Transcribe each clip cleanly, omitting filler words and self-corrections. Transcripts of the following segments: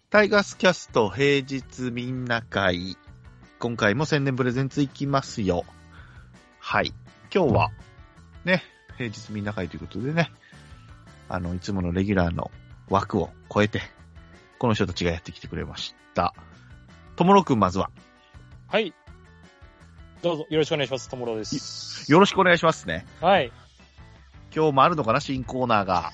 タイガースキャスト平日みんな会。今回も宣伝プレゼンツいきますよ。はい。今日は、ね、平日みんな会ということでね、いつものレギュラーの枠を超えて、この人たちがやってきてくれました。ともろくん、まずは。 はい。どうぞ、よろしくお願いします。ともろです。 よろしくお願いしますね。 はい。 今日もあるのかな、新コーナーが。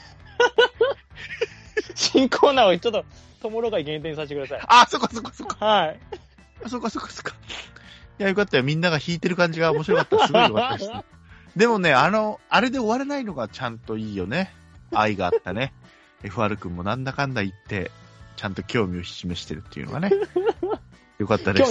新コーナーをちょっと、ともろが限定にさせてください。 あ、そっか。 はい。 そっか。いや、よかったよ。みんなが弾いてる感じが面白かった。すごいよかったです。でもね、あれで終われないのがちゃんといいよね。愛があったね。FR 君もなんだかんだ言って、ちゃんと興味を示してるっていうのがね。よかったです。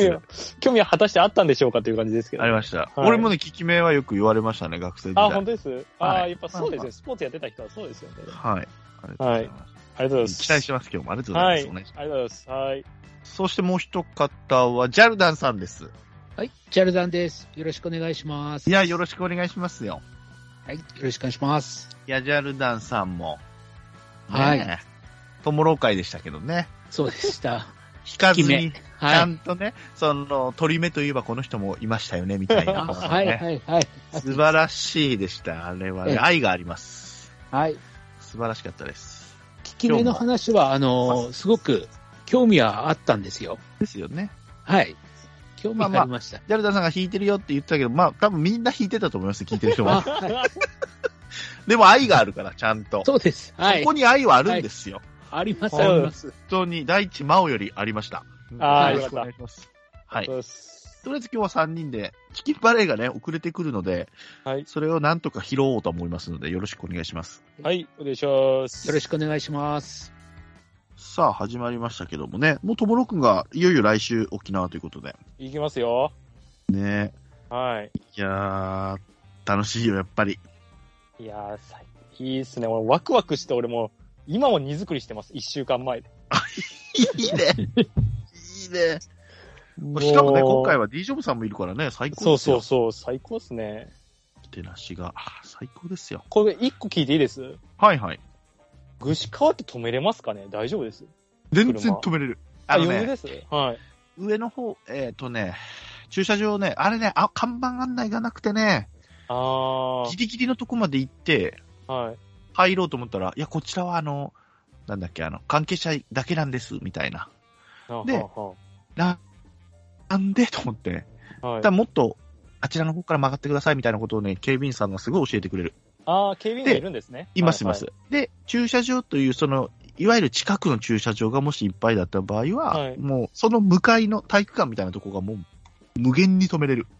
興味は果たしてあったんでしょうかという感じですけど。 ありました。はい、 俺もね、効き目はよく言われましたね、学生時代。 あ、本当です。はい、やっぱそうですね。スポーツやってた人はそうですよね。 はい。ありがとうございます。 ありがとうございます。 期待してます、今日も。ありがとうございます。 はい。ありがとうございます。はい。 そしてもう一方は、ジャルダンさんです。 はい、ジャルダンです。よろしくお願いします。 いや、よろしくお願いしますよ。 はい、よろしくお願いします。 いや、ジャルダンさんも、 はい。 ともろ会でしたけどね。 そうでした。 引かずに、ちゃんとね、鳥目といえばこの人もいましたよね、みたいな、ね。 はい。 素晴らしいでした。あれはね、愛があります。 はい。 素晴らしかったです。 効き目の話は、すごく興味はあったんですよ。 ですよね。 はい。興味がありました。 ジャルダンさんが弾いてるよって言ってたけど、まあ、多分みんな弾いてたと思います、聞いてる人も。でも愛があるから、ちゃんと。 そうです。はい。 そこに愛はあるんですよ。 あります、あります。 本当に、大地真央よりありました。 よろしくお願いします。 はい。とりあえず今日は3人で、チキンバレーがね、遅れてくるので、はい。それをなんとか拾おうと思いますので、よろしくお願いします。 はい、お願いします。 よろしくお願いします。 さあ、始まりましたけどもね、もうともろくんがいよいよ来週沖縄ということで。 行きますよ。 ね。 はい。 いやー、楽しいよ、やっぱり。 いやー、いいっすね。俺、ワクワクして、俺も、今も荷造りしてます。1週間前で。 いいね。いいね。しかもね、今回は D ジョブさんもいるからね、最高ですよ。 そう、最高っすね。 手なしが、最高ですよ。 これ1個聞いていいです？ はい。 串川って止めれますかね？大丈夫です。 全然止めれる。 余裕です。はい。 上の方、駐車場ね、あれね、看板案内がなくてね、ギリギリのとこまで行って、 はい。 入ろうと思ったら、いや、こちらはなんだっけ、関係者だけなんです、みたいな。で、なんでと思って。はい。だもっと、あちらの方から曲がってくださいみたいなことをね、警備員さんがすごい教えてくれる。 警備員がいるんですね。 います。で、駐車場という、いわゆる近くの駐車場がもしいっぱいだった場合は、もう、その向かいの体育館みたいなとこがもう、無限に止めれる。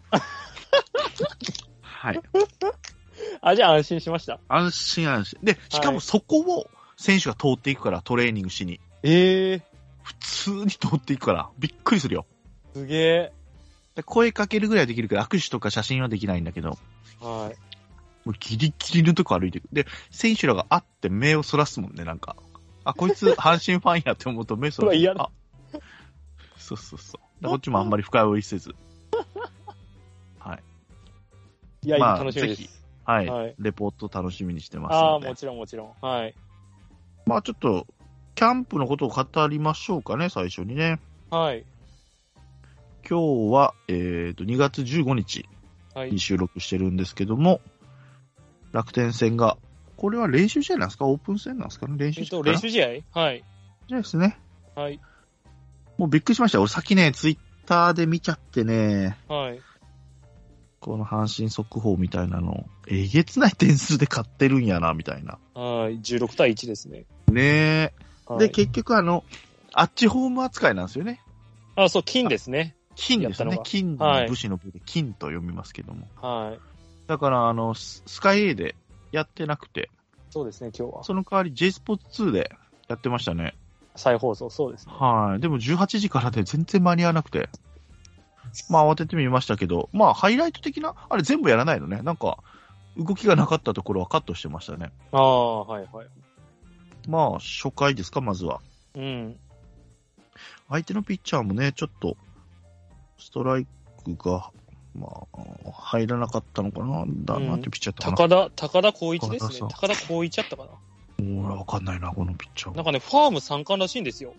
はい。 じゃあ安心しました。 安心。で、しかもそこを選手が通っていくから、トレーニングしに。 普通に通っていくから、びっくりするよ。 すげえ。 で声かけるぐらいできるけど、握手とか写真はできないんだけど。 はい。 もうギリギリのとこ歩いていく。で、選手らが会って目をそらすもんね、なんか。こいつ阪神ファンやって思うと目そらす。 嫌だ。 そう。こっちもあんまり深追いせず。はい。 いや、楽しみです。 ぜひ、はい。レポート楽しみにしてますので。 もちろん。はい。 まあちょっと、キャンプのことを語りましょうかね、最初にね。 はい。 今日は、2月15日に収録してるんですけども、楽天戦が、これは練習試合なんですか？オープン戦なんですかね？練習試合。 練習試合？はい。 じゃあですね。 はい。 もうびっくりしました。俺さっきね、ツイッターで見ちゃってね。 はい。 この阪神速報みたいなの、えげつない点数で勝ってるんやな、みたいな。 はい。16対1ですね。 ねえ。で、結局あっちホーム扱いなんですよね。 そう、金ですね。 金ですね。金の武士の部で金と読みますけども。 はい。 だからスカイ A でやってなくて。 そうですね、今日は。 その代わり J スポーツ2でやってましたね。 再放送、そうですね。 はい。でも18時からで全然間に合わなくて。まあ慌ててみましたけど、まあハイライト的な、あれ全部やらないのね。なんか、動きがなかったところはカットしてましたね。 はい。 まあ初回ですか、まずは。 うん。 相手のピッチャーもね、ちょっと、ストライクが、まあ、入らなかったのかな。なんてピッチャーだったかな。 高田光一ですね。高田光一やったかな。 わかんないな、このピッチャー。 なんかね、ファーム3冠らしいんですよ。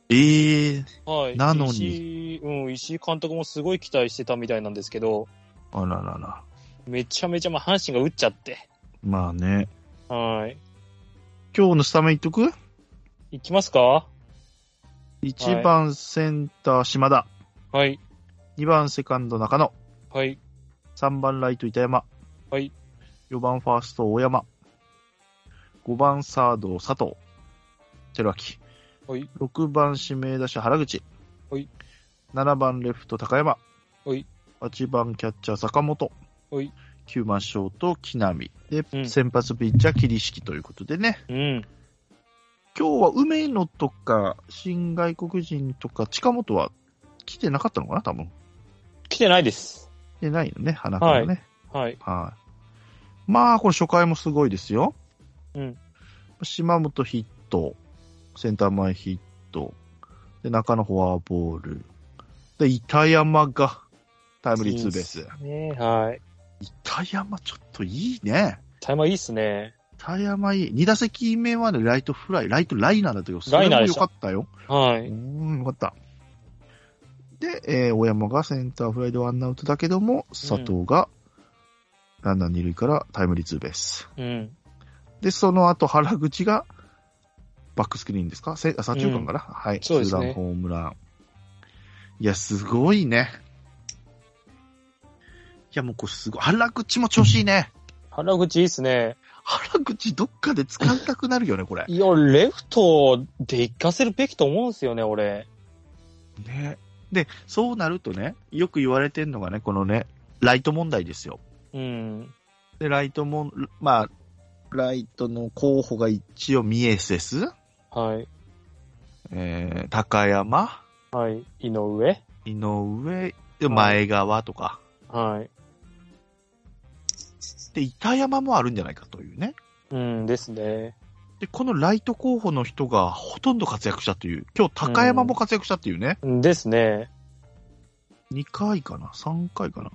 はい。 なのに石井監督もすごい期待してたみたいなんですけど、 あららら。 めちゃめちゃ阪神が打っちゃって。 まあね。 はい。 今日のスタメンいっとく？ いきますか？ 1 番センター島田。 はい。 2番セカンド中野。 はい。 3番ライト板山。 はい。 4番ファースト大山。5番サード佐藤輝明。 はい。 6番指名打者原口。 はい。 7番レフト高山。 はい。 8番キャッチャー坂本。 はい。 9番ショート木浪。で、 うん先発ピッチャー桐敷ということでね。 うん。 今日は梅野とか新外国人とか近本は来てなかったのかな多分。 来てないです。 来てないのね、花からね。 はい。 はい。まあ、これ初回もすごいですよ。 うん。 島本ヒット、センター前ヒット、で、中野フォアボール、で、板山がタイムリーツーベース。 ね、はい。 板山ちょっといいね。 タイマーいいっすね。 板山いい。2打席目はね、ライトフライ、ライトライナーだったよ。それも良かったよ。 はい。 よかった。で、大山がセンターフライでワンアウトだけども、佐藤がランナー二塁からタイムリーツーベース。 うん。 で、その後原口がバックスクリーンですか左中間かな、はい。 そうですね。 ツーランホームラン。いや、すごいね。いや、もうこれすごい。原口も調子いいね。 原口いいっすね。 原口どっかで使いたくなるよね、これ。 いや、レフトで行かせるべきと思うんですよね、俺。 ね。で、そうなるとね、よく言われてんのがね、このね、ライト問題ですよ。 うん。 で、ライトの候補が一応ミエセス。 はい。 高山。 はい。井上。 で、前川とか。 はい。 で、板山もあるんじゃないかというね。 うんですね。 で、このライト候補の人がほとんど活躍したという。今日高山も活躍したっていうね。 ですね。 2回かな ?3 回かな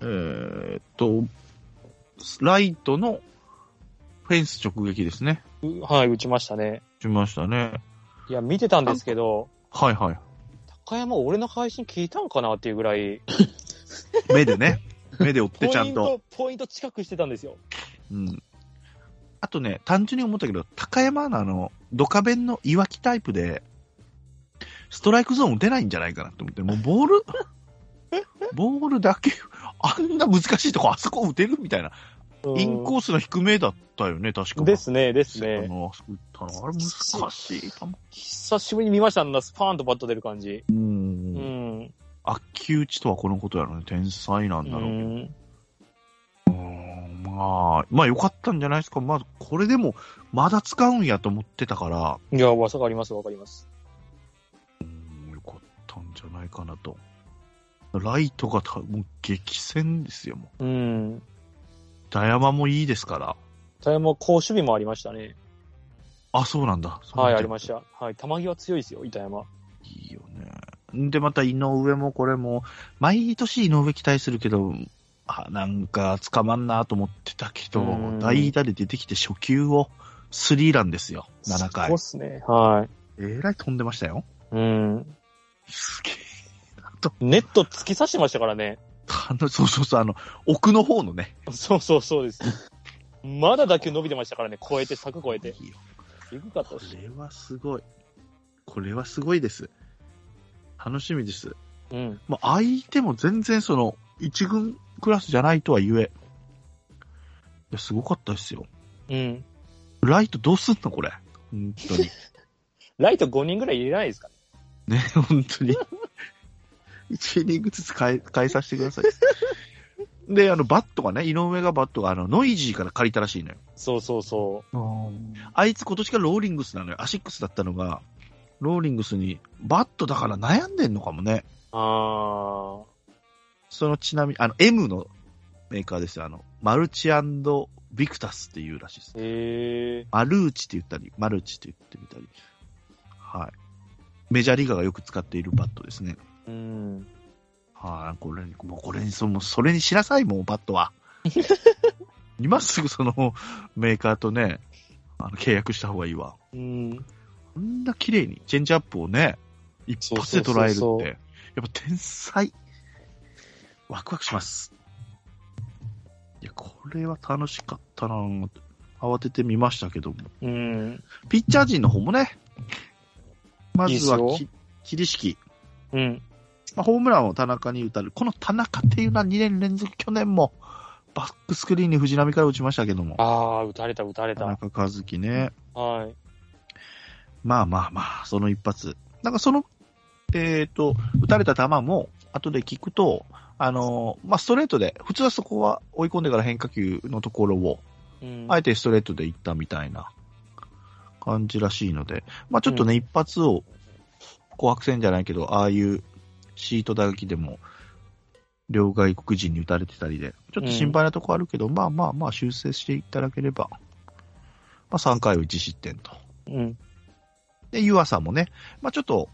ライトのフェンス直撃ですね。 はい、打ちましたね。 打ちましたね。 いや、見てたんですけど。 はいはい。 高山、俺の配信聞いたんかなっていうぐらい。 目でね。目で追ってちゃんと。 ポイント近くしてたんですよ。 うん。あとね、単純に思ったけど、高山のドカベンのいわきタイプで、ストライクゾーン打てないんじゃないかなと思って、もうボールだけ、あんな難しいとこあそこ打てるみたいな。インコースの低めだったよね、確か。 ですね。 あれ難しい球。 久しぶりに見ましたんだ、スパーンとバット出る感じ。悪球打ちとはこのことやろね。天才なんだろうけど。まあ良かったんじゃないですか。まあ、これでも、まだ使うんやと思ってたから。 いや、わかります。 良かったんじゃないかなと。ライトがもう激戦ですよ、もう。田山もいいですから。 田山、好守備もありましたね。 あ、そうなんだ。 はい、ありました。はい、球際強いですよ、板山。 いいよね。で、また井上もこれも、毎年井上期待するけど、なんか捕まんなと思ってたけど、代打で出てきて初球をスリーランですよ、7回。 そうっすね、はい。 らい飛んでましたよ。すげえなと。 ネット突き刺してましたからね。 そう奥の方のね。 そうです。まだ打球伸びてましたからね、柵越えて。えぐかったし。 これはすごい。これはすごいです。楽しみです。まあ、相手も全然一軍クラスじゃないとは言え。いや、すごかったですよ。ライトどうすんのこれ。本当に。 ライト5人ぐらい入れないですかね、本当に。1イニングずつ変えさせてください。で、バットがね、井上がバットがノイジーから借りたらしいのよ。 そう。 あいつ今年からローリングスなのよ。アシックスだったのが、ローリングスに、バットだから悩んでんのかもね。ちなみに、M のメーカーですよ。マルチ&ビクタスっていうらしいです。マルーチって言ったり、マルチって言ってみたり。はい。メジャーリーガーがよく使っているバットですね。はい、これにそれにしなさい、もう、バットは。今すぐメーカーとね、契約した方がいいわ。こんな綺麗に、チェンジアップをね、 一発で捉えるって。 そうそうそうそうやっぱ天才。ワクワクします。いや、これは楽しかったなぁ。慌ててみましたけども。 うん。 ピッチャー陣の方もね、まずはいいですよ桐敷。 うん。 まあ、ホームランを田中に打たれる。この田中っていうのは2年連続、去年もバックスクリーンに藤浪から打ちましたけども。 ああ、打たれた。 田中和樹ね。 はい。 まあ、その一発。なんかその、打たれた球も、後で聞くと、まあ、ストレートで、普通はそこは追い込んでから変化球のところを、 うん。 あえてストレートで行ったみたいな感じらしいので、まあ、ちょっとね、一発を、紅白戦じゃないけど、ああいうシート打撃でも、両外国人に打たれてたりで、ちょっと心配なところあるけど、まあ、修正していただければ、まあ、3回を1失点と。 うん。 で、湯浅もね、まあ、ちょっと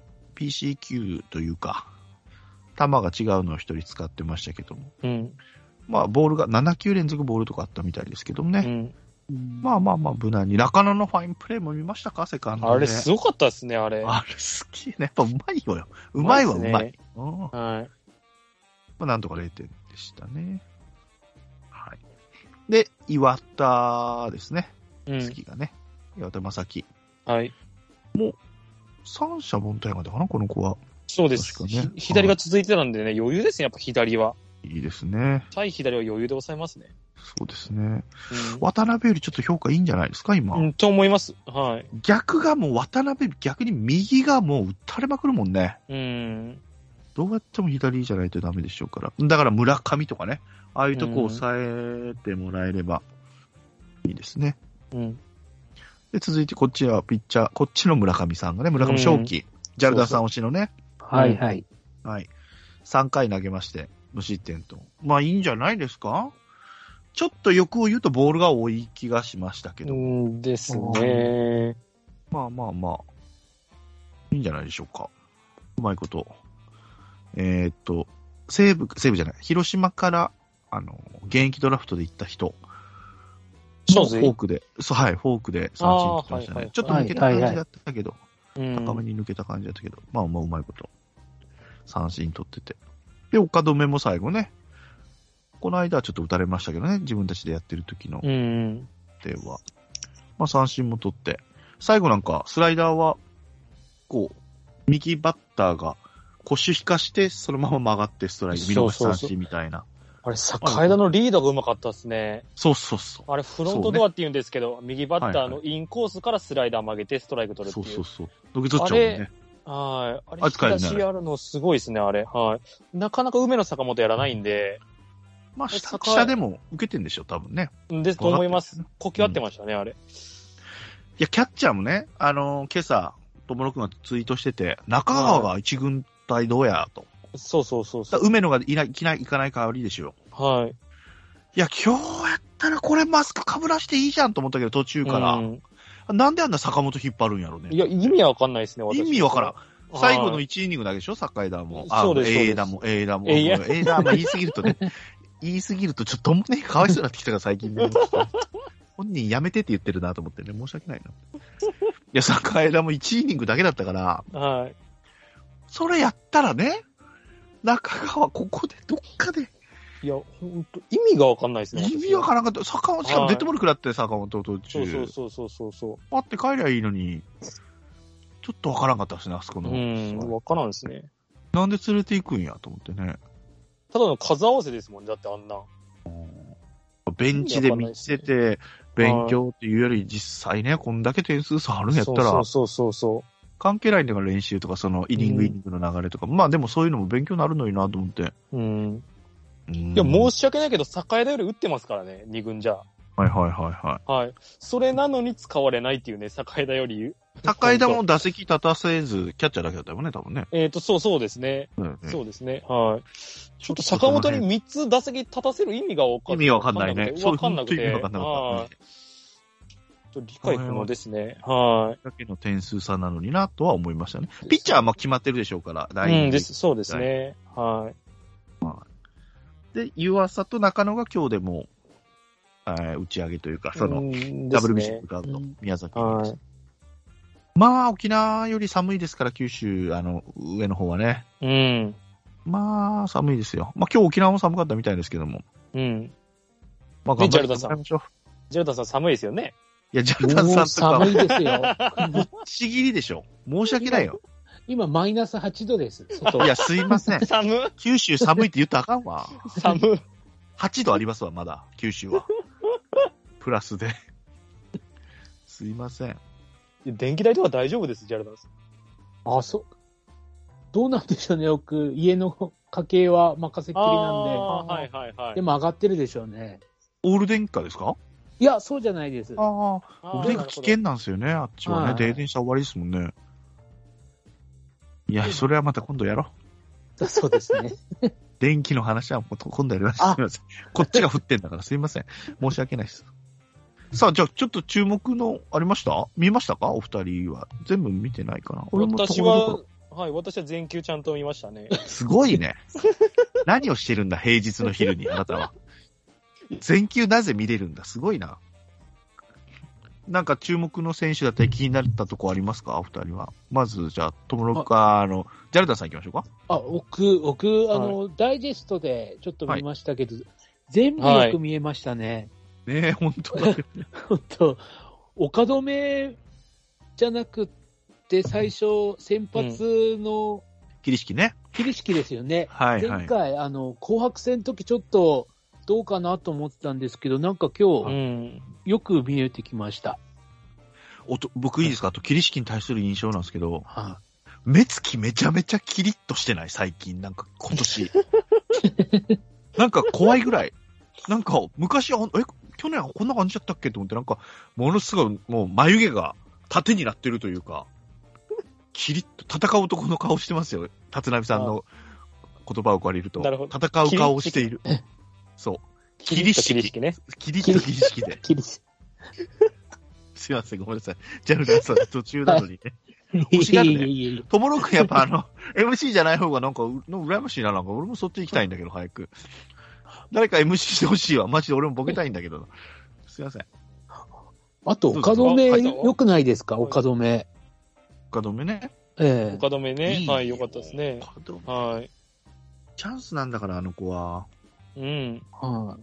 WPC 級というか、球が違うのを一人使ってましたけども、 うん。 まあ、ボールが7球連続ボールとかあったみたいですけどもね、 うん。 まあ、無難に。中野のファインプレーも見ましたか、セカンドで。 あれ、すごかったですね、あれ。 あれ好きね。やっぱうまいよ。うまいはうまい。うんまはい。 あ、なんとか0点でしたね。はい。で、岩田ですね。 うん。 次がね。岩田正樹。 はい。 三者凡退までかな、この子は。 そうです。 確かね左が続いてたんでね、余裕ですね、やっぱ左は。 いいですね。 対左は余裕で抑えますね。 そうですね。渡辺よりちょっと評価いいんじゃないですか、今。 と思います。はい。 逆がもう渡辺、逆に右がもう打たれまくるもんね。どうやっても左じゃないとダメでしょうから。だから村上とかね、ああいうとこを抑えてもらえればいいですね。で、続いてこっちはピッチャー、こっちの村上さんがね、村上正輝、ジャルダさん推しのね。 はいはい。 はい。3回投げまして、無失点と。まあいいんじゃないですか？ちょっと欲を言うとボールが多い気がしましたけど。 ですね。 まあ。いいんじゃないでしょうか。うまいこと。西武じゃない。広島から、現役ドラフトで行った人。フォークで、はい、フォークで三振取ってましたね。ちょっと抜けた感じだったけど、高めに抜けた感じだったけど、まあうまいこと。三振取ってて。で、岡留も最後ね。この間はちょっと打たれましたけどね。自分たちでやってる時の。では。まあ三振も取って。最後なんか、スライダーは、こう、右バッターが腰引かして、そのまま曲がってストライク、見逃し三振みたいな。 あれ、坂枝のリードがうまかったですね。 そう。 あれ、フロントドアって言うんですけど、右バッターのインコースからスライダー曲げてストライク取るっていう。 そう。ドキドッチョもね。 はい。あれ、引き出しやるのすごいですね、あれ。はい。なかなか梅野坂本やらないんで。 まあ、下でも受けてんでしょ、多分ね。 ですと思います。呼吸合ってましたね、あれ。いや、キャッチャーもね、今朝、友野くんがツイートしてて、中川が一軍隊どうやと。 そう。 梅野が行かない代わりでしょ。 はい。 いや、今日やったらこれマスク被らしていいじゃんと思ったけど、途中から。なんであんな坂本引っ張るんやろね。 いや、意味はわかんないですね、 私。意味わからん。最後の1イニングだけでしょ、坂枝も。 そうです。 枝も。言いすぎるとね。言いすぎるとちょっとね、かわいそうになってきたから最近ね。本人やめてって言ってるなと思ってね、申し訳ないな。いや、坂枝も1イニングだけだったから。 はい。 それやったらね、中川ここでどっかで。 いや、ほんと、意味がわかんないですね。 意味わからなかった。坂本、しかもデッドボール食らって、坂本途中。 そう。 待って帰りゃいいのに、ちょっとわからんかったですね、あそこの。 わからんですね。 なんで連れて行くんやと思ってね。 ただの数合わせですもんね、だってあんな。 ベンチで見てて、勉強っていうより実際ね、こんだけ点数差あるんやったら、 そう。 関係ないんだから練習とか、そのイニングの流れとか、まあでもそういうのも勉強になるのになと思って。いや、申し訳ないけど、坂枝より打ってますからね、2軍じゃ。 はい。 はい。それなのに使われないっていうね、坂枝より。 坂枝も打席立たせず、キャッチャーだけだったよね、多分ね。 そうですね。そうですね。はい。ちょっと坂本に3つ打席立たせる意味が分かんない。 意味わかんないね。 わかんなくて。 わかんなかった。 理解不能ですね。はい。 だけの点数差なのになとは思いましたね。ピッチャーはまあ決まってるでしょうから、 そうですね。はい。 で、湯浅と中野が今日でも、打ち上げというか、その、WBC が宮崎です。 まあ、沖縄より寒いですから、九州、上の方はね。 うん。 まあ、寒いですよ。まあ、今日沖縄も寒かったみたいですけども。 うん。 まあ、頑張ってもらいましょう。 ジャルダさん寒いですよね。 いや、ジャルダンさんとかもう寒いですよ。 ぶっちぎりでしょ。申し訳ないよ。 今、マイナス8度です。外いや、すいません。 寒九州寒いって言ったらあかんわ。 寒 8度ありますわ、まだ、九州は。プラスで。すいません。 電気代とか大丈夫です、ジャルダさん。 あ、どうなんでしょうね、家の家計は任せっきりなんはいはいはで。 い。 でも上がってるでしょうね。 オール電化ですか？ いや、そうじゃないです。 ああ、オール電化危険なんですよね、あっちはね。 はい停電したら終わりですもんね。いや、それはまた今度やろう。 そうですね。 電気の話はもう今度やります。すみません。こっちが降ってんだからすいません。申し訳ないです。さあ、じゃあちょっと注目のありました？見ましたか？お二人は。全部見てないかな。俺も私は、はい、私は全球ちゃんと見ましたね。 すごいね。何をしてるんだ、平日の昼に、あなたは。全球なぜ見れるんだ、すごいな。なんか注目の選手だったり気になったとこありますか、お二人は。まず、じゃあ、トモロカジャルダさん行きましょうか。 僕、ダイジェストでちょっと見ましたけど、全部よく見えましたね。 ねえ、本当だ。 本当、岡留じゃなくて、最初、先発の、 桐敷ね。 桐敷ですよね。 はいはい。 前回、紅白戦の時ちょっと、どうかなと思ってたんですけど、なんか今日、よく見えてきました。 僕いいですか？あと、桐敷に対する印象なんですけど、目つきめちゃめちゃキリッとしてない最近、なんか今年。なんか怖いぐらい。なんか、昔は、去年はこんな感じだったっけと思って、なんか、ものすごい、もう眉毛が縦になってるというか、キリッと戦う男の顔してますよ。立浪さんの言葉を借りると。戦う顔をしている。そう。 桐敷ね。 桐敷で。すいません、ごめんなさい。ジャルダンさん途中なのにね。欲しがるね。ともろくんやっぱMC じゃない方がなんか、羨ましいな。なんか俺もそっち行きたいんだけど、早く。誰か MC してほしいわ。マジで俺もボケたいんだけど。すいません。 あと、岡留良くないですか？岡留。 岡留ね。 岡留ね。はい、良かったですね。はい。 チャンスなんだから、あの子は。 うん。 はい。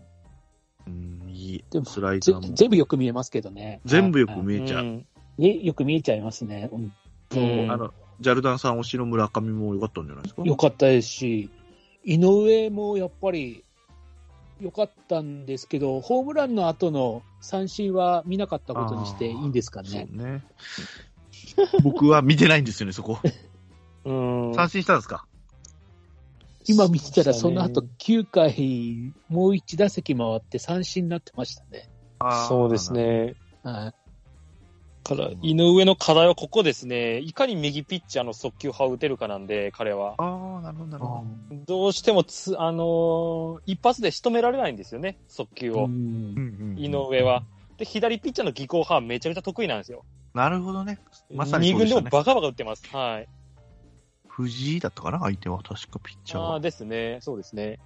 いい。 でもスライダーも全部よく見えますけどね。 全部よく見えちゃう。 よく見えちゃいますね。 ジャルダンさん推しの村上も良かったんじゃないですか？ 良かったですし、井上もやっぱり良かったんですけど、ホームランの後の三振は見なかったことにしていいんですかね。 そうね。僕は見てないんですよね、そこ。三振したんですか？ 今見てたら、その後9回、もう1打席回って三振になってましたね。 そうですね。 はい。 から、井上の課題はここですね。いかに右ピッチャーの速球派を打てるかなんで、彼は。 なるほど、なるほど。どうしても一発で仕留められないんですよね、速球を。井上は。で、左ピッチャーの技巧派はめちゃくちゃ得意なんですよ。 なるほどね。まさにそうですね。 2軍でもバカバカ打ってます。はい。 藤井だったかな、相手は。確かピッチャーは。 ですね。そうですね。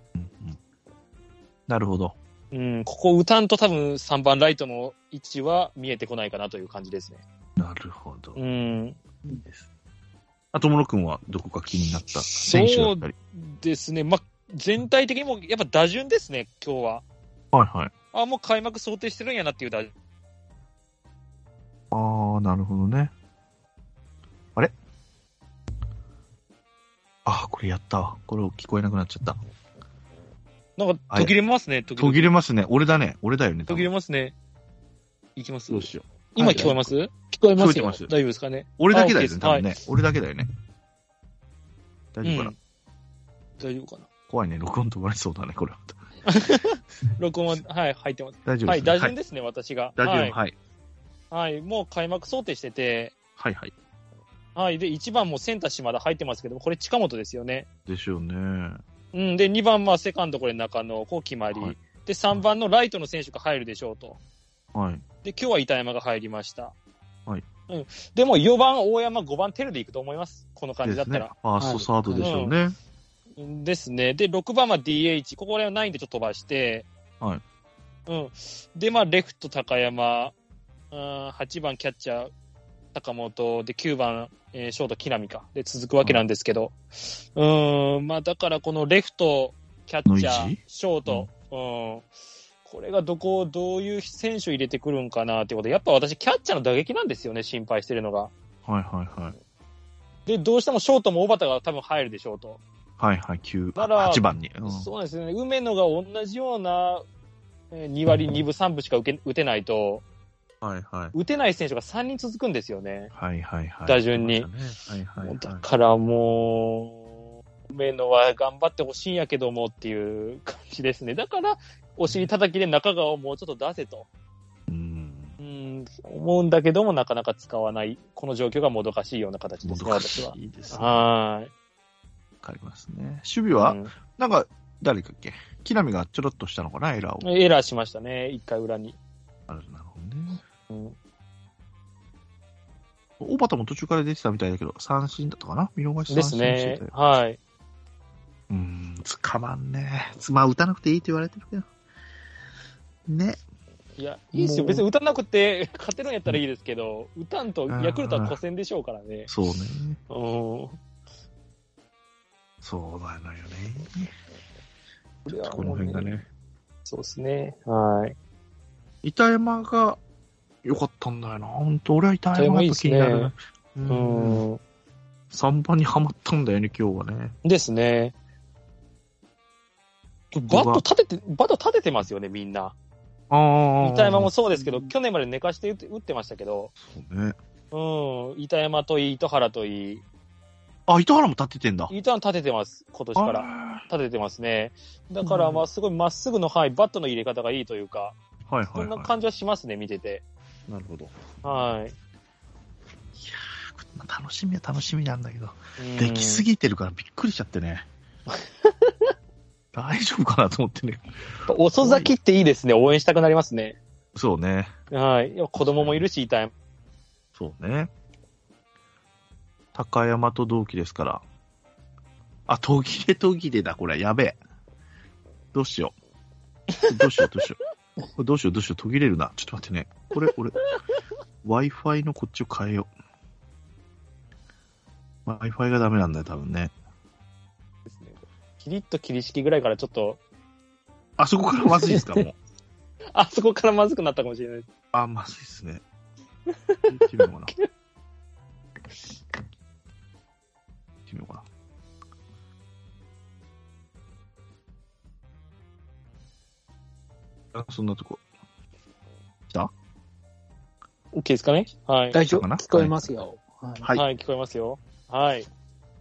なるほど。 ここ打たんと多分3番ライトの位置は見えてこないかなという感じですね。 なるほど。いいです。友野くんはどこか気になった選手だったり。 そうですね。全体的にもやっぱ打順ですね、今日は。 はいはい。 もう開幕想定してるんやなっていう打順。 なるほどね。あれこれやったわ。これ聞こえなくなっちゃった。 なんか途切れますね、 途切れますね。俺だよね。 途切れますね。いきます？ どうしよう。 今聞こえます？ 聞こえますよ。 大丈夫ですかね？ 俺だけだよね、多分ね。俺だけだよね。大丈夫かな？ 大丈夫かな？ 怖いね。録音止まりそうだね、これ。 録音は、はい、入ってます。 大丈夫です。 はい、打順ですね、私が。 打順、はい。 はい、もう開幕想定してて。 はいはい。 はい、で、1番もセンター島田入ってますけど、これ近本ですよね。 でしょうね。 で、2番、セカンドこれ中野、こう決まり。はい、で、3番のライトの選手が入るでしょうと。 はい。 で、今日は板山が入りました。 はい。 でも4番、大山、5番、テルでいくと思います。この感じだったら。 ファースト、サードでしょうね。 ですね。で、6番は DH。ここら辺は9でちょっと飛ばして。 はい。 で、レフト、高山。8番、キャッチャー。 坂本で9番、ショート木浪かで続くわけなんですけど、まあだからこのレフト、キャッチャー、ショート、これがどういう選手を入れてくるんかなってことで、やっぱ私キャッチャーの打撃なんですよね、心配してるのが。 はいはいはい。 で、どうしてもショートも小畑が多分入るでしょうと。 はいはい、8番に。 そうですね。梅野が同じような2割2分3分しか打てないと、 はいはい。 打てない選手が3人続くんですよね。 はいはいはい。 打順に。 はいはいはい。 だからもう、梅野は頑張ってほしいんやけどもっていう感じですね。だから、お尻叩きで中川をもうちょっと出せと。思うんだけども、なかなか使わない。この状況がもどかしいような形ですね、私は。 いいですね。 はい。わかりますね。守備は、なんか、誰かっけ木浪がちょろっとしたのかな、エラーを。 エラーしましたね、1回裏に。 なるほどね。小畑も途中から出てたみたいだけど、三振だったかな見逃し三振してたよ。 ですね。はい。 捕まんね。まあ、打たなくていいって言われてるけど。ね。 いや、いいっすよ。別に打たなくて勝てるんやったらいいですけど、打たんとヤクルトは古戦でしょうからね。 そうね。そうだよね。ちょっとこの辺がね。 そうですね。はい。 板山が良かったんだよな。本当俺は板山が気になるね。3番にはまったんだよね、今日はね。 ですね。バット立ててますよね、みんな。板山もそうですけど、去年まで寝かして打ってましたけど。 そうね。 板山といい、糸原といい。 糸原も立ててんだ。 糸原立ててます、今年から。立ててますね。だから、まあ、すごいまっすぐの、バットの入れ方がいいというか。 はいはい。 そんな感じはしますね、見てて。 なるほど。 はい。いやー、楽しみは楽しみなんだけど、できすぎてるからびっくりしちゃってね。大丈夫かなと思ってね。 遅咲きっていいですね。応援したくなりますね。 そうね。 はい。子供もいるし、痛い。 そうね。高山と同期ですから。あ、途切れだ、これ。やべえ。どうしよう。途切れるな。ちょっと待ってね。これ、Wi-Fi のこっちを変えよう。Wi-Fi がダメなんだよ、多分ね。 ですね。キリッと切り式ぐらいからちょっと。 あそこからまずいですか、もう。 あそこからまずくなったかもしれないです。 あ、まずいですね。行ってみようかな。そんなとこ。来た？ OK ですかね？はい。 大丈夫かな？聞こえますよ。 はい、聞こえますよ。はい。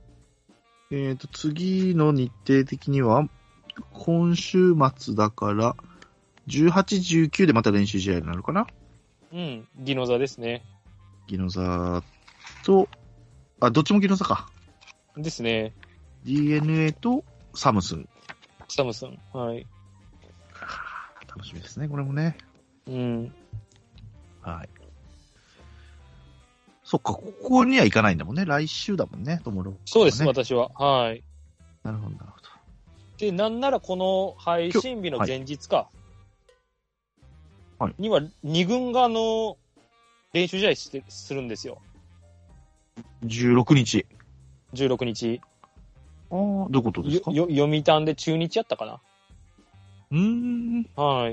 次の日程的には、今週末だから、18、19でまた練習試合になるかな？ ギノザですね。 ギノザと、どっちもギノザか。 ですね。 DNA とサムスン。 はい。 楽しみですね、これもね。はい。そっか、ここには行かないんだもんね。来週だもんね、トモロー、ね。 そうです、私は。はい。 なるほど、なるほど。 で、なんならこの配信日の前日か。 はい。 には、2軍が練習試合するんですよ。 16日。 16日。 どういうことですか？ 読谷で中日やったかな。はい。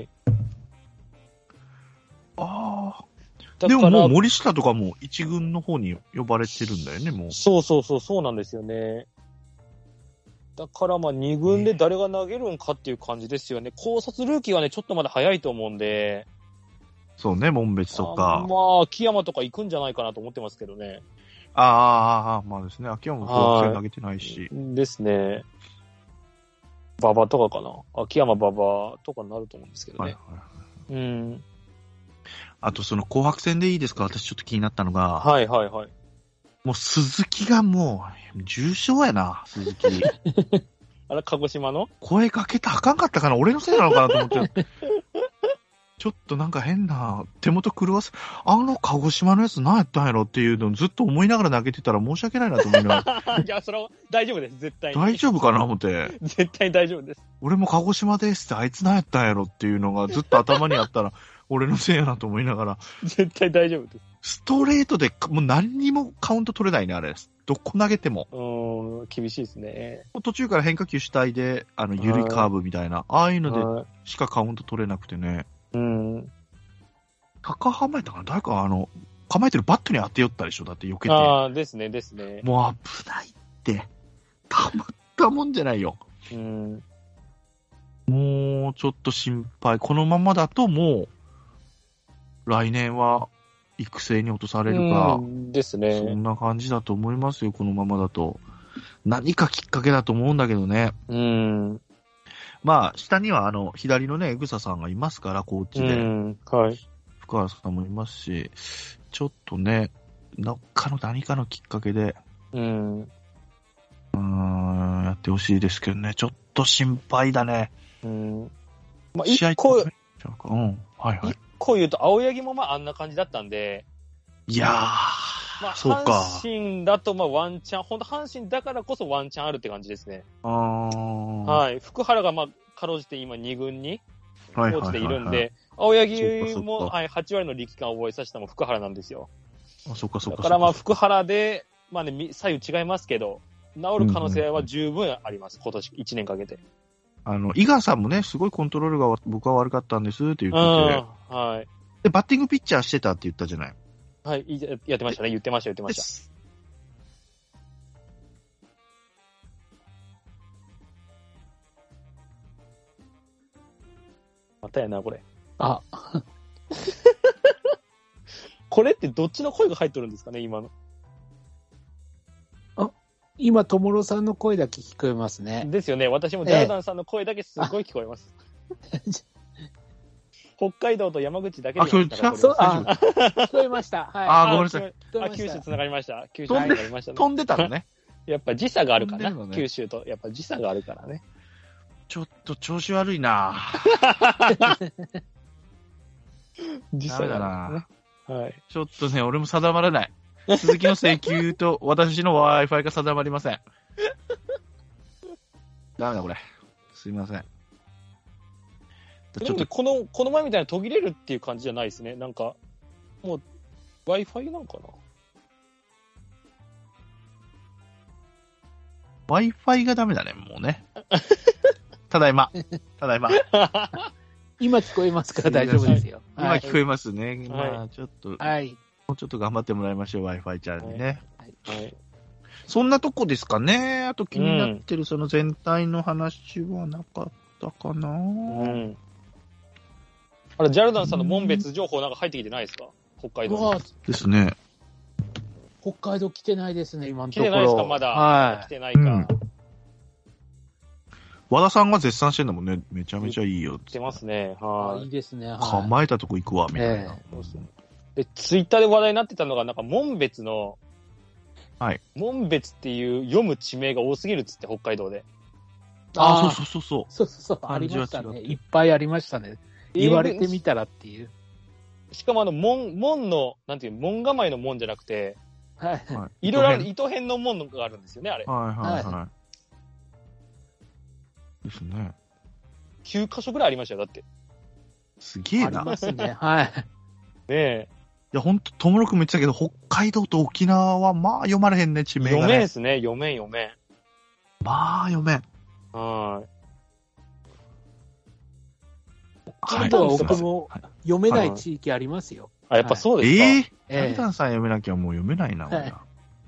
でももう森下とかも一軍の方に呼ばれてるんだよね、もう。 そうなんですよね。だからまあ2軍で誰が投げるんかっていう感じですよね。高卒ルーキーはね、ちょっとまだ早いと思うんで。 そうね、門別とか。 まあ、秋山とか行くんじゃないかなと思ってますけどね。 まあですね、秋山も高卒投げてないし。 ですね。馬場とかかな。秋山馬場とかになると思うんですけどね。 あとその紅白戦でいいですか？私ちょっと気になったのが。 はい。 もう鈴木がもう重症やな、鈴木。 あれ、鹿児島の？ 声かけたらあかんかったかな？俺のせいなのかなと思っちゃう。ちょっとなんか変な手元狂わせ、鹿児島のやつ何やったんやろっていうのをずっと思いながら投げてたら申し訳ないなと思いながら。 いや、それは大丈夫です、絶対に。 大丈夫かな思って。 絶対大丈夫です。 俺も鹿児島ですってあいつ何やったんやろっていうのがずっと頭にあったら、 俺のせいやなと思いながら。 絶対大丈夫です。 ストレートでもう何にもカウント取れないね、あれ。どこ投げても。 厳しいですね。 途中から変化球主体で、緩いカーブみたいな、ああいうのでしかカウント取れなくてね。高浜やったかな、誰か構えてるバットに当てよったでしょ、だって避けて。 ですね、ですね。 もう危ないって。たまったもんじゃないよ。もうちょっと心配。このままだともう、来年は育成に落とされるか。 ですね。 そんな感じだと思いますよ、このままだと。何かきっかけだと思うんだけどね。まあ、下には左のね、エグサさんがいますから、コーチで。 はい。 福原さんもいますし、ちょっとね、何かのきっかけで、やってほしいですけどね、ちょっと心配だね。 まあ、一個はいはい。 一個言うと、青柳もあんな感じだったんで、 いやー、そうか。 阪神だとワンチャン、本当阪神だからこそワンチャンあるって感じですね。はい。福原がかろうじて今2軍に、コーチでいるんで、青柳も8割の力感を覚えさせたのも福原なんですよ。 そっか。 だから福原で、左右違いますけど、治る可能性は十分あります、今年1年かけて。 伊賀さんもね、すごいコントロールが僕は悪かったんですって言ってて、 はい。 で、バッティングピッチャーしてたって言ったじゃない。 はい、やってましたね、言ってました。またやな、これ。これってどっちの声が入っとるんですかね、今の。 今、ともろさんの声だけ聞こえますね。 ですよね。私もジャルダンさんの声だけすごい聞こえます。北海道と山口だけで聞こえました。 はい。ごめんなさい。 九州つながりました。九州つながりましたね。飛んでたのね。 やっぱ時差があるかな。九州と、やっぱ時差があるからね。 ちょっと調子悪いな時差があるね。はい。 ちょっとね、俺も定まらない。鈴木の請求と私の Wi-Fi が定まりません。ダメだ、これ。すいません。 ちょっとこの前みたいな途切れるっていう感じじゃないですね。なんか、もう、Wi-Fi なんかな ?Wi-Fi がダメだね、もうね。ただいま。 今聞こえますから大丈夫ですよ。 今聞こえますね。まあ、ちょっと。 はい。 もうちょっと頑張ってもらいましょう、Wi-Fi ちゃんにね。 はい。 そんなとこですかね。あと気になってるその全体の話はなかったかな。 あれ、ジャルダンさんの門別情報なんか入ってきてないですか？北海道。 ですね。 北海道来てないですね、今のところ。 来てないですか、まだ。はい。来てないか。 和田さんが絶賛してんだもんね。めちゃめちゃいいよ。 来てますね。はい。 いいですね。 構えたとこ行くわ、みたいな。 で、ツイッターで話題になってたのが、なんか、門別の、 はい。 門別っていう読む地名が多すぎるっつって、北海道で。 そう。 ありましたね。いっぱいありましたね。言われてみたらっていう。 しかも門の、なんていう、門構えの門じゃなくて、 はい。 いろいろある、糸編の門があるんですよね、あれ。 はい。ですね。 9箇所ぐらいありましたよ、だって。 すげえな。 ありますね。はい。 ねえ。 いや、ほんと、ともろくも言ってたけど、北海道と沖縄は、まあ読まれへんね、地名がね。 読めんですね、読めん。 まあ読めん。 はい。 北海道は僕も読めない地域ありますよ。 やっぱそうですか。 ジャルダンさん読めなきゃもう読めないな、俺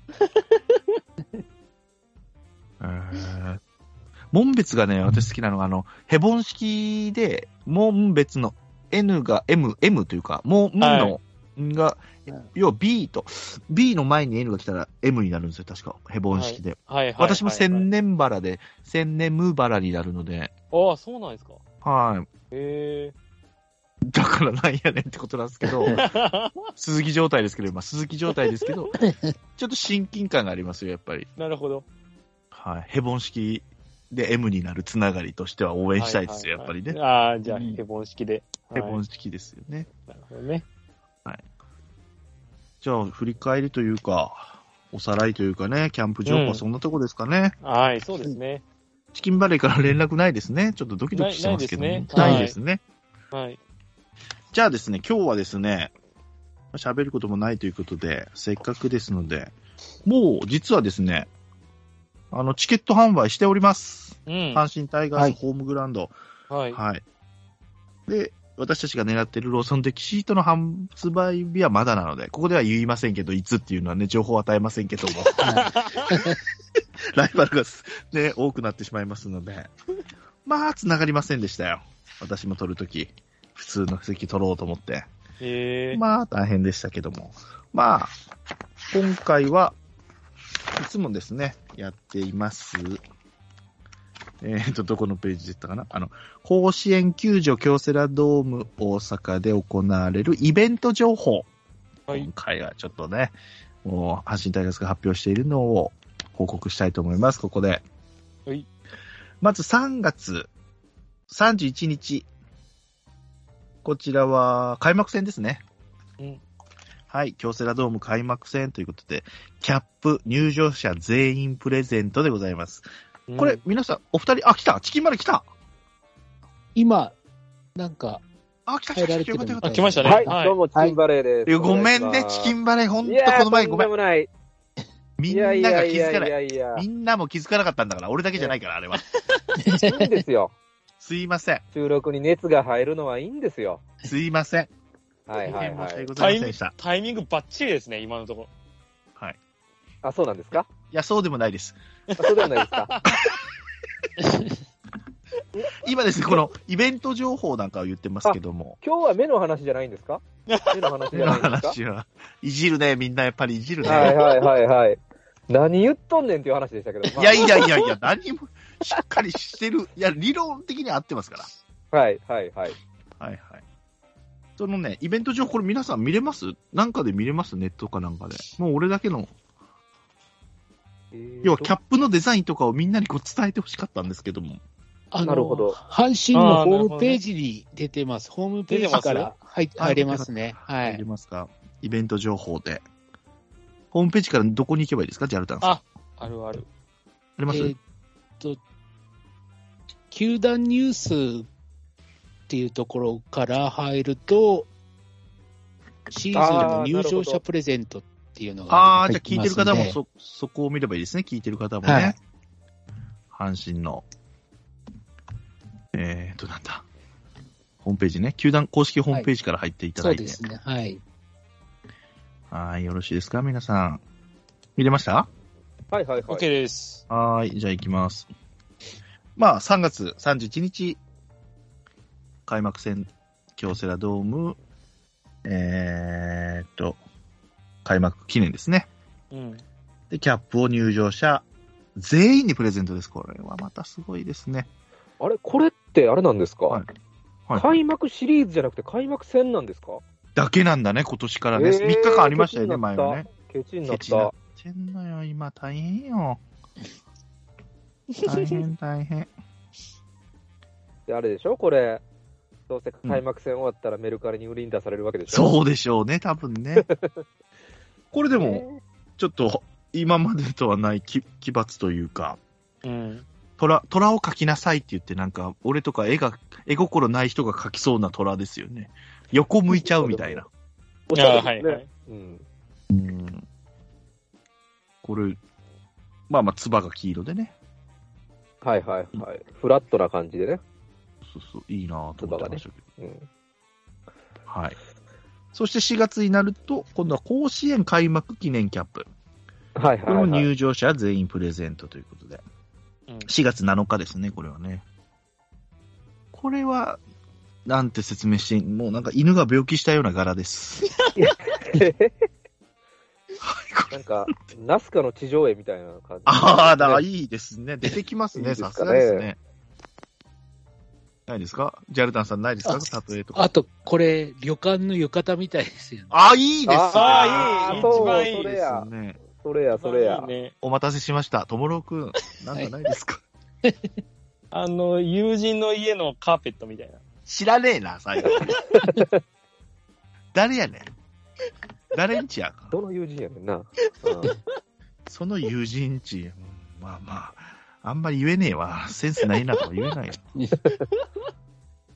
ら。門別がね、私好きなのが、ヘボン式で、門別の N が M というか、門の、が、要は B の前に N が来たら M になるんですよ、確か。ヘボン式で。私も千年バラで、千年ムバラになるので。 ああ、そうなんですか。 はい。だからなんやねんってことなんですけど、鈴木状態ですけど、今、鈴木状態ですけど、ちょっと親近感がありますよ、やっぱり。 なるほど。 はい。ヘボン式で M になるつながりとしては応援したいですよ、やっぱりね。 ああ、じゃあ、ヘボン式で。 ヘボン式ですよね。 なるほどね。 はい。じゃあ、振り返りというか、おさらいというかね、キャンプ情報はそんなとこですかね。 はい、そうですね。 チキンバレーから連絡ないですね。ちょっとドキドキしてますけどね。ないですね。 はい。 じゃあですね、今日はですね、喋ることもないということで、せっかくですので、もう実はですね、チケット販売しております。 うん。 阪神タイガースホームグラウンド。 はい。 はい。で、私たちが狙っているローソンデキシートの発売日はまだなので、ここでは言いませんけど、いつっていうのはね、情報を与えませんけども、ライバルがね、多くなってしまいますので、まあ、繋がりませんでしたよ。私も取るとき、普通の席取ろうと思って。まあ、大変でしたけども。まあ、今回はいつもですね、やっています。どこのページでしたかな？甲子園球場京セラドーム大阪で行われるイベント情報。はい、今回はちょっとね、もう阪神タイガースが発表しているのを報告したいと思います、ここで。 はい。 まず3月31日。こちらは開幕戦ですね。 うん。 はい、京セラドーム開幕戦ということで、キャップ入場者全員プレゼントでございます。これ、皆さん、お二人、来たチキンバレー来た今、なんか、 来た来ましたね。 はい、どうも、チキンバレーです。 ごめんね、チキンバレー、ほんとこの前ごめん。みんなが気づかない。みんなも気づかなかったんだから、俺だけじゃないから、あれは。 いいんですよ。 すいません。 収録に熱が入るのはいいんですよ。 すいません。 はいはいはい。 タイミングバッチリですね、今のところ。 はい。 あ、そうなんですか？ いや、そうでもないです。 そうでもないですか？ 今ですね、このイベント情報なんかを言ってますけども。 今日は目の話じゃないんですか？目の話じゃないんですか？目の話は。いじるね、みんなやっぱりいじるね。 はいはいはいはい。何言っとんねんっていう話でしたけど。 いやいやいやいや、何もしっかりしてる。いや、理論的には合ってますから。 はいはいはい。 はいはい。そのね、イベント情報、これ皆さん見れます？なんかで見れます？ネットかなんかで。もう俺だけの。要はキャップのデザインとかをみんなにこう伝えてほしかったんですけども。 なるほど。 阪神のホームページに出てます。ホームページから入れますね。はい。 入れますか？イベント情報で。ホームページからどこに行けばいいですか？ジャルタンさん。 あるある。 あります？ 球団ニュースっていうところから入ると、シーズンの入場者プレゼントっていうのが入ってますね。 じゃあ聞いてる方もそこを見ればいいですね。聞いてる方もね。はい、阪神の、なんだ。ホームページね。球団公式ホームページから入っていただいて。 そうですね。はい。 はい、よろしいですか皆さん。見れました？ はいはいはい。 OK です。 はい、じゃあ行きます。まあ、3月31日、開幕戦、京セラドーム、開幕記念ですね。 うん。 で、キャップを入場者全員にプレゼントです。これはまたすごいですね。 あれこれってあれなんですか？ はい。はい、 開幕シリーズじゃなくて開幕戦なんですか？ だけなんだね、今年からね。3日間ありましたよね、前はね。 ケチになった。ケチなってんのよ、今、大変よ。大変、大変。 で、あれでしょこれ。どうせ開幕戦終わったらメルカリに売りに出されるわけでしょ、 そうでしょうね、多分ね。これでも、ちょっと、今までとはない奇抜というか、 うん。 虎を描きなさいって言って、なんか、俺とか絵心ない人が描きそうな虎ですよね。横向いちゃうみたいな。 はいはい。 これ、まあ、つばが黄色でね。 はいはいはい。フラットな感じでね。 そう、いいなぁと思ってましたけど。 ね。 はい。そして4月になると、今度は甲子園開幕記念キャップ。 はいはい、はい。 この入場者全員プレゼントということで。4月7日ですね、これはね。これは、なんて説明して、もうなんか犬が病気したような柄です。 なんか、ナスカの地上絵みたいな感じ、 いいですね。出てきますね、さすがですね。ないですか？ジャルタンさんないですか？例えとか。 あと、これ、旅館の浴衣みたいですよね。 いいですね。 一番いいですね。それや。 お待たせしました。ともろくん、なんかないですか？ 友人の家のカーペットみたいな。 知らねえな、最後。誰やねん。誰んちやか。 どの友人やねんな。 その友人ち、まあ、あんまり言えねえわ。センスないなとは言えないよ。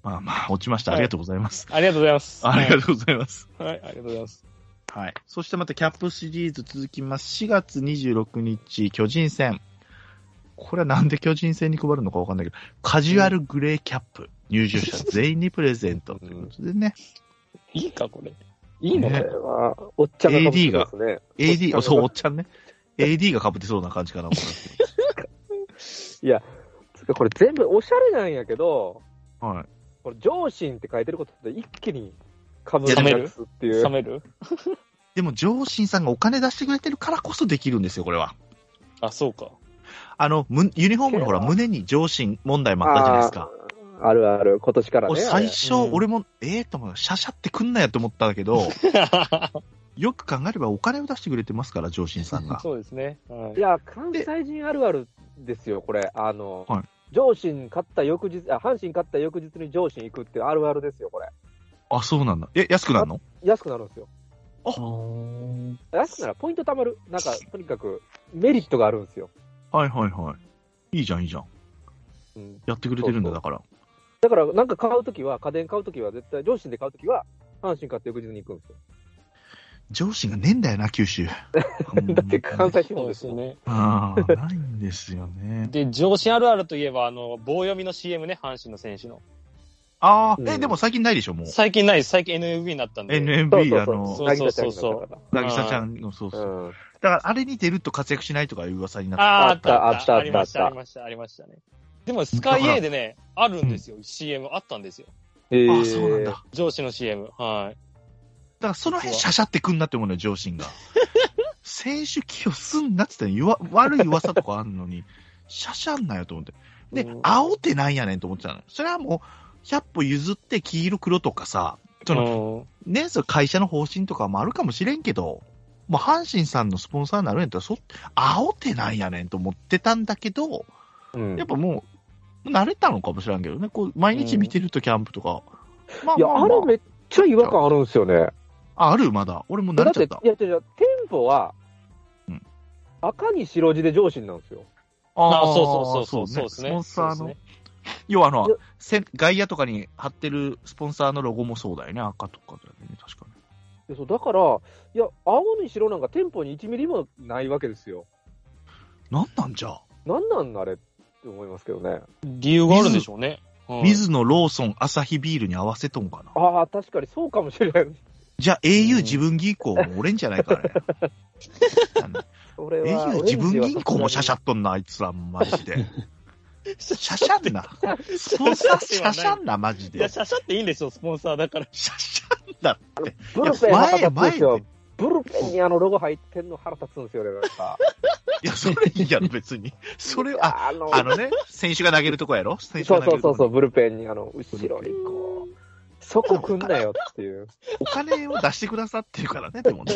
まあまあ、落ちました。ありがとうございます。 ありがとうございます。 ありがとうございます。 はい、ありがとうございます。 はい。そしてまたキャップシリーズ続きます。4月26日、巨人戦。これはなんで巨人戦に配るのかわかんないけど、カジュアルグレーキャップ、入場者全員にプレゼントということでね。 いいか、これ。いいのか、 ねこれは、おっちゃんが被ってますね。 AD、そう、おっちゃんね。AD が被ってそうな感じかな、思いますけいや、これ全部おしゃれなんやけど、 ど。はい。 これ上心って書いてることで一気に被るやつっていう。 冷めるでも、上信さんがお金出してくれてるからこそできるんですよ、これは。 あ、そうか。 ユニフォームのほら、胸に上信問題もあったじゃないですか。 あるある、今年からね。 俺最初、 うん俺も、と思う、シャシャってくんなやと思ったんだけど、よく考えればお金を出してくれてますから、上信さんが。 そうですね。はいいや、関西人あるあるですよ、これ。上信勝った翌日、阪神勝った翌日に上信行くってあるあるですよ、これ。 あ、そうなんだ。安くなるの？ 安くなるんですよ。安くならポイント貯まる。なんか、とにかくメリットがあるんですよ。 はいはいはい。いいじゃん、いいじゃん。 うん、 やってくれてるんだ、 そうそうだから。 だから、なんか買うときは、家電買うときは、絶対、上信で買うときは、阪神買って翌日に行くんですよ。 上信がねえんだよな、九州。 だって関西地そう方ですよ。 ですよね。 ああ、ないんですよね。 で、上司あるあるといえば、棒読みの CM ね、阪神の選手の。 ああ、 うんでも最近ないでしょ、もう。 最近ないです。最近 NMB になったんで。 NMB、 そうそうそうなぎさちゃんの、そうそう。 うん。 だから、あれに出ると活躍しないとかいう噂になってあったあったありました、ありました、ありましたね。でも、スカイ A でね、あるんですよ。CM あったんですよ。 ああ、そうなんだ。 上司の CM。はい。 だから、その辺、シャシャってくんなって思うのよ、上信が。選手起用すんなって言ったら、悪い噂とかあんのに、シャシャんなよと思って。で、青ってなんやねんと思ってたのよ。それはもう、100歩譲って黄色黒とかさ、その、ね、それ会社の方針とかもあるかもしれんけど、もう阪神さんのスポンサーになるんやったら、青ってなんやねんと思ってたんだけど、 うん。 やっぱもう、慣れたのかもしれんけどね、こう、毎日見てるとキャンプとか。 いや、あれめっちゃ違和感あるんですよね。 あるまだ。俺も慣れちゃった。 いや、店舗はうん、 赤に白地で上信なんですよ。 そうですね。 スポンサーの。要は外野とかに貼ってるスポンサーのロゴもそうだよね、赤とかだよね、確かに。 そうだから、いや、青に白なんか店舗に1ミリもないわけですよ。 なんじゃなんあれって思いますけどね。 理由があるんでしょうね。 水野ローソン、アサヒビールに合わせとんかな。 ああ、確かにそうかもしれない。 じゃあ au 自分銀行も俺んじゃないかね。au 自分銀行もシャシャっとんな、あいつら、マジで。シャシャんな。スポンサーシャシャんな、マジで。 いや、シャシャっていいんですよ、スポンサーだから。 シャシャんなって。 ブルペン腹立つんですよ。ブルペンにロゴ入ってんの腹立つんですよね、なんか。 いや、それいいやろ、別に。それ、ね、選手が投げるとこやろ選手そが投げるとこ。 う、ブルペンに後ろにこう、そこ来んなよっていう。 お金を出してくださってるからね、でもね。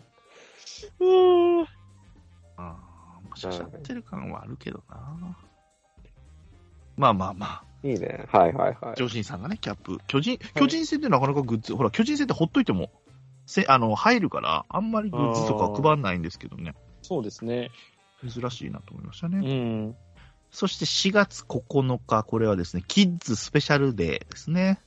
シャシャってる感はあるけどな。まあ。 いいね。はい。 上信さんがね、キャップ。巨人戦ってなかなかグッズ、ほら、巨人戦ってほっといても、入るから、あんまりグッズとか配んないんですけどね。 そうですね。 珍しいなと思いましたね。 うん。 そして4月9日、これはですね、キッズスペシャルデーですね。